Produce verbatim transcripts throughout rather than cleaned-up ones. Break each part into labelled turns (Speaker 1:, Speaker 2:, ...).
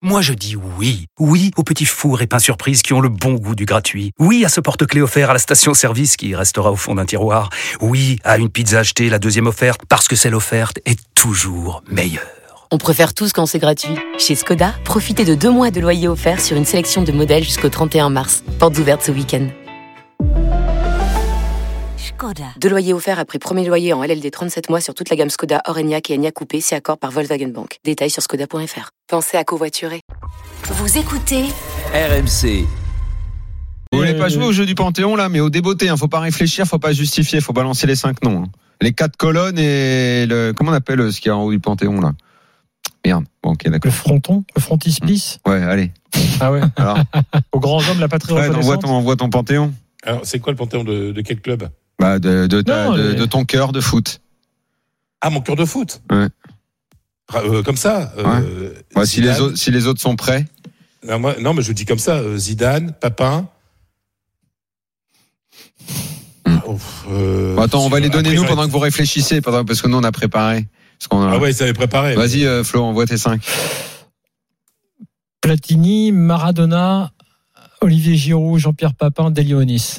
Speaker 1: Moi je dis oui. Oui aux petits fours et pains surprises qui ont le bon goût du gratuit. Oui à ce porte-clés offert à la station-service qui restera au fond d'un tiroir. Oui à une pizza achetée, la deuxième offerte, parce que celle offerte est toujours meilleure.
Speaker 2: On préfère tous quand c'est gratuit. Chez Skoda, profitez de deux mois de loyer offert sur une sélection de modèles jusqu'au trente et un mars. Portes ouvertes ce week-end. Skoda. Deux loyers offerts après premier loyer en L L D trente-sept mois sur toute la gamme Skoda, Orenia et Enyaq Coupé, si accord par Volkswagen Bank. Détails sur skoda point f r. Pensez à covoiturer.
Speaker 3: Vous écoutez
Speaker 4: R M C.
Speaker 5: Vous voulez pas jouer au jeu du Panthéon là, mais au débeauté, hein, faut pas réfléchir, faut pas justifier, faut balancer les cinq noms. Hein. Les quatre colonnes et le comment on appelle ce qu'il y a en haut du Panthéon là. Merde. Bon, ok, d'accord.
Speaker 6: Le fronton, le frontispice.
Speaker 5: Ouais, allez.
Speaker 6: Ah ouais.
Speaker 5: Alors,
Speaker 6: au grand homme, la patrie
Speaker 5: ouais,
Speaker 6: reconnaissante.
Speaker 5: envoie ton, envoie ton Panthéon.
Speaker 7: Alors, c'est quoi le Panthéon de, de quel club?
Speaker 5: Bah, de, de, ta,
Speaker 6: Non,
Speaker 5: de,
Speaker 6: les...
Speaker 5: de ton cœur de foot.
Speaker 7: Ah, mon cœur de foot.
Speaker 5: Ouais.
Speaker 7: Euh, comme ça. Euh,
Speaker 5: ouais. Bah, si les autres, si les autres sont prêts.
Speaker 7: Non, moi, non mais je dis comme ça. Euh, Zidane, Papin.
Speaker 5: Hmm.
Speaker 7: Oh, euh,
Speaker 5: bon, attends, on va les donner
Speaker 7: après,
Speaker 5: nous pendant que vous réfléchissez, pendant, parce que nous on a préparé. Parce qu'on a...
Speaker 7: Ah ouais, ils avaient préparé.
Speaker 5: Vas-y, euh, Flo, envoie tes cinq.
Speaker 6: Platini, Maradona, Olivier Giroud, Jean-Pierre Papin, Delionis.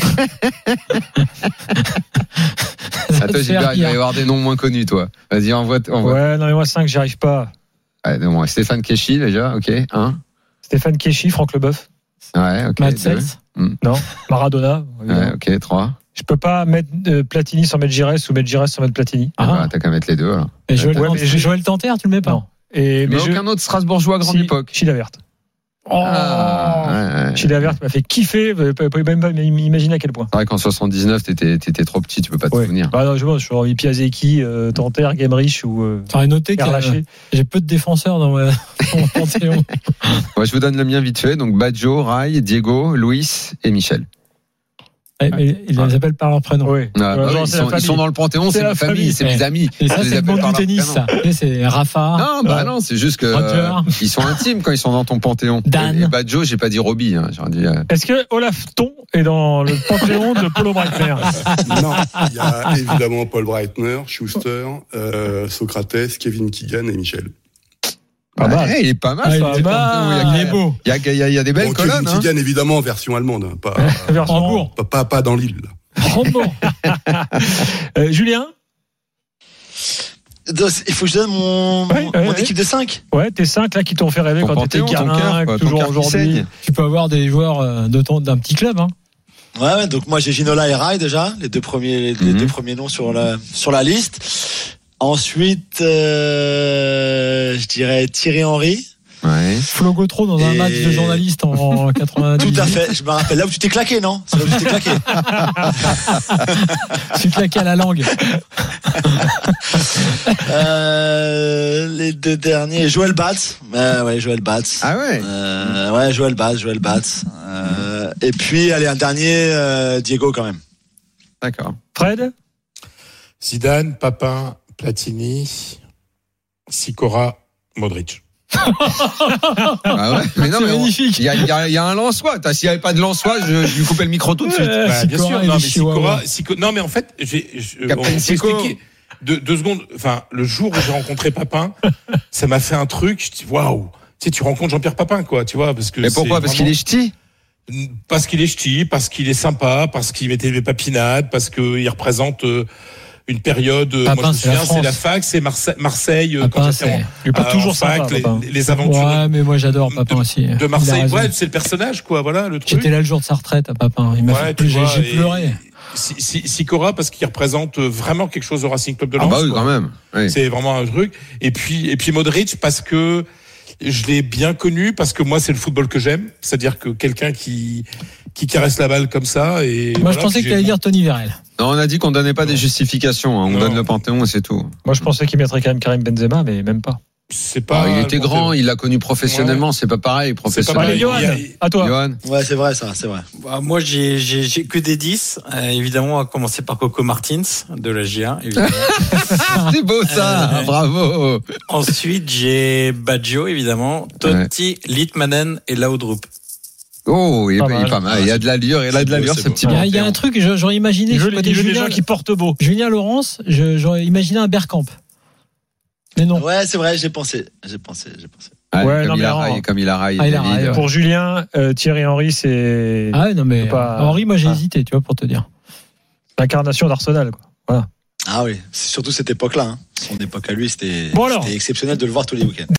Speaker 5: Attends, Gilbert, il va y avoir des noms moins connus, toi. Vas-y, envoie. envoie.
Speaker 6: Ouais, non, mais moi cinq, j'y arrive pas.
Speaker 5: Ouais, non, Stéphane Kéchi, déjà, ok. Un.
Speaker 6: Stéphane Kéchi, Franck Leboeuf.
Speaker 5: Ouais, ok.
Speaker 6: Matt Sels.
Speaker 5: Hmm.
Speaker 6: Non. Maradona.
Speaker 5: Ouais, ok, trois.
Speaker 6: Je peux pas mettre euh, Platini sans mettre Giresse ou mettre Giresse sans mettre Platini.
Speaker 5: Ah, bah, t'as qu'à mettre les deux, alors.
Speaker 6: Et Joël,
Speaker 5: ouais,
Speaker 6: mais Joël Tanter, tu le mets pas? Non.
Speaker 5: Et, mais, mais
Speaker 6: je...
Speaker 5: aucun autre Strasbourgeois grande
Speaker 6: si,
Speaker 5: époque.
Speaker 6: Chilavert. Oh
Speaker 5: ah, ouais, ouais.
Speaker 6: Chilavert m'a fait kiffer, vous pouvez même pas imaginer à quel point.
Speaker 5: C'est vrai qu'en soixante-dix-neuf, t'étais, t'étais trop petit, tu peux pas te ouais. souvenir.
Speaker 6: Bah non, je vois, je suis Piazeki, euh, Tanter, Gemrich ou. Euh,
Speaker 8: T'aurais noté que euh, j'ai peu de défenseurs dans mon panthéon.
Speaker 5: Ouais, je vous donne le mien vite fait. Donc Badjo, Rai, Diego, Luis et Michel.
Speaker 8: Ouais, mais ils les appellent par leur prénom.
Speaker 6: Oui.
Speaker 5: Ah, bah oui, ils, sont, ils sont dans le Panthéon, c'est, c'est ma famille, famille, c'est mes amis.
Speaker 8: Et ça, c'est le monde du tennis, ça. C'est Rafa.
Speaker 5: Non, bah non, c'est juste que euh, ils sont intimes quand ils sont dans ton Panthéon.
Speaker 8: Dan.
Speaker 5: Et Badjo, j'ai pas dit Robbie. Hein, dit, euh...
Speaker 6: Est-ce que Olaf Thon est dans le Panthéon de Paulo Breitner?
Speaker 9: Non, il y a évidemment Paul Breitner, Schuster, euh, Socrates, Kevin Keegan et Michel.
Speaker 5: Pas mal. Ouais, il est pas mal.
Speaker 6: Ah, il, est mal.
Speaker 5: Il, il est beau. Il y a, il y a, il y a des belles
Speaker 9: bon,
Speaker 5: colonnes.
Speaker 9: Kevin Keegan, hein. Évidemment, version allemande. Pas,
Speaker 6: version Hambourg.
Speaker 9: Pas, pas, pas dans l'île.
Speaker 6: Hambourg. euh, Julien?
Speaker 10: Il faut que je donne mon, ouais, mon ouais, équipe de cinq.
Speaker 6: Ouais, tes cinq là qui t'ont fait rêver ton quand t'étais gamin, toujours aujourd'hui.
Speaker 8: Tu peux avoir des joueurs de ton, d'un petit club. Hein.
Speaker 10: Ouais, ouais, donc moi j'ai Ginola et Rai déjà, les deux premiers, les, mm-hmm. les deux premiers noms sur la, sur la liste. Ensuite, euh, je dirais Thierry Henry.
Speaker 5: Ouais.
Speaker 8: Flo Gautreau dans un et... match de journaliste en quatre-vingt-dix.
Speaker 10: Tout à fait, je me rappelle. Là où tu t'es claqué, non? C'est là où tu t'es claqué.
Speaker 8: Tu t'es claqué à la langue.
Speaker 10: euh, les deux derniers, Joël Batz. Euh, ouais, Joël Batz.
Speaker 5: Ah ouais.
Speaker 10: Euh, ouais, Joël Batz, Joël Batz. Euh, et puis, allez, un dernier, euh, Diego quand même.
Speaker 5: D'accord.
Speaker 6: Fred?
Speaker 7: Zidane, Papin, Platini, Sikora, Modric.
Speaker 5: Ah ouais, mais non,
Speaker 8: c'est
Speaker 5: mais
Speaker 8: magnifique.
Speaker 5: Il y a, y, a, y a un Lensois. S'il n'y avait pas de Lensois, je, je lui coupais le micro tout de suite.
Speaker 7: Bah, bien sûr. Non, mais Sikora, Sikora, non, mais en fait, j'ai, je, on peut expliquer deux, deux secondes. Enfin, le jour où j'ai rencontré Papin, ça m'a fait un truc. Je dis waouh. Tu sais, tu rencontres Jean-Pierre Papin, quoi. Tu vois, parce que.
Speaker 5: Mais pourquoi? Parce qu'il est ch'ti.
Speaker 7: Parce qu'il est ch'ti, parce qu'il est sympa, parce qu'il mettait des papinades, parce qu'il représente. Euh, une période,
Speaker 8: Papin,
Speaker 7: moi je me souviens,
Speaker 8: c'est la,
Speaker 7: c'est la fac, c'est Marseille, Marseille
Speaker 8: Papin,
Speaker 7: quand
Speaker 8: j'étais
Speaker 6: en, pas toujours
Speaker 7: fac,
Speaker 6: sympa,
Speaker 7: les, les aventures.
Speaker 8: Ouais, mais moi j'adore Papin
Speaker 7: de,
Speaker 8: aussi.
Speaker 7: De Marseille, ouais, c'est le personnage, quoi, voilà, le truc.
Speaker 8: J'étais là le jour de sa retraite à Papin, il m'a ouais, fait plus, j'ai, j'ai pleuré.
Speaker 7: Sikora, parce qu'il représente vraiment quelque chose au Racing Club de Lens.
Speaker 5: Ah bah oui, quand même. Oui.
Speaker 7: C'est vraiment un truc. Et puis, et puis Modric, parce que je l'ai bien connu, parce que moi c'est le football que j'aime, c'est-à-dire que quelqu'un qui qui caresse la balle comme ça. Et
Speaker 8: moi voilà, je pensais que tu allais dire Tony Vérel.
Speaker 5: Non, on a dit qu'on donnait pas non. des justifications, hein. On non. donne le Panthéon et c'est tout.
Speaker 6: Moi je pensais qu'il mettrait quand même Karim Benzema, mais même pas.
Speaker 7: C'est pas.
Speaker 5: Ah, il était grand, il l'a connu professionnellement, ouais. c'est pas pareil, professionnellement.
Speaker 6: C'est pas pareil. Johan, à toi.
Speaker 5: Johan.
Speaker 10: Ouais, c'est vrai ça, c'est vrai.
Speaker 11: Bah, moi j'ai, j'ai, j'ai que des dix, euh, évidemment, à commencer par Coco Martins de la G un, évidemment.
Speaker 5: C'est beau ça, euh, bravo.
Speaker 11: Ensuite j'ai Badjo, évidemment, Totti, ouais. Litmanen et Laudrup.
Speaker 5: Oh, il est pas, mal. Il est pas mal. Il y a de l'allure, il y a de l'allure, ce petit
Speaker 8: Il y a, il y a un truc, j'aurais imaginé.
Speaker 6: Il veut, il veut des gens qui portent beau.
Speaker 8: Julien Laurence, j'aurais imaginé un Bergkamp. Mais non.
Speaker 10: Ouais, c'est vrai, j'ai pensé, j'ai pensé, j'ai pensé.
Speaker 5: Ah,
Speaker 8: Ouais,
Speaker 5: comme,
Speaker 8: non,
Speaker 5: il
Speaker 8: mais
Speaker 5: a
Speaker 8: non.
Speaker 5: raillé, comme il a raillé.
Speaker 6: Ah, il a
Speaker 5: David.
Speaker 6: raillé, ouais.
Speaker 8: Pour Julien, euh, Thierry Henry, c'est
Speaker 6: Ah ouais, non mais
Speaker 8: c'est pas-
Speaker 6: Henri, moi j'ai
Speaker 8: Ah.
Speaker 6: hésité, tu vois, pour te dire.
Speaker 8: l'incarnation d'Arsenal, quoi. Voilà.
Speaker 10: Ah oui, c'est surtout cette époque-là. Hein. Son époque à lui, c'était
Speaker 8: Bon alors.
Speaker 10: c'était exceptionnel de le voir tous les week-ends.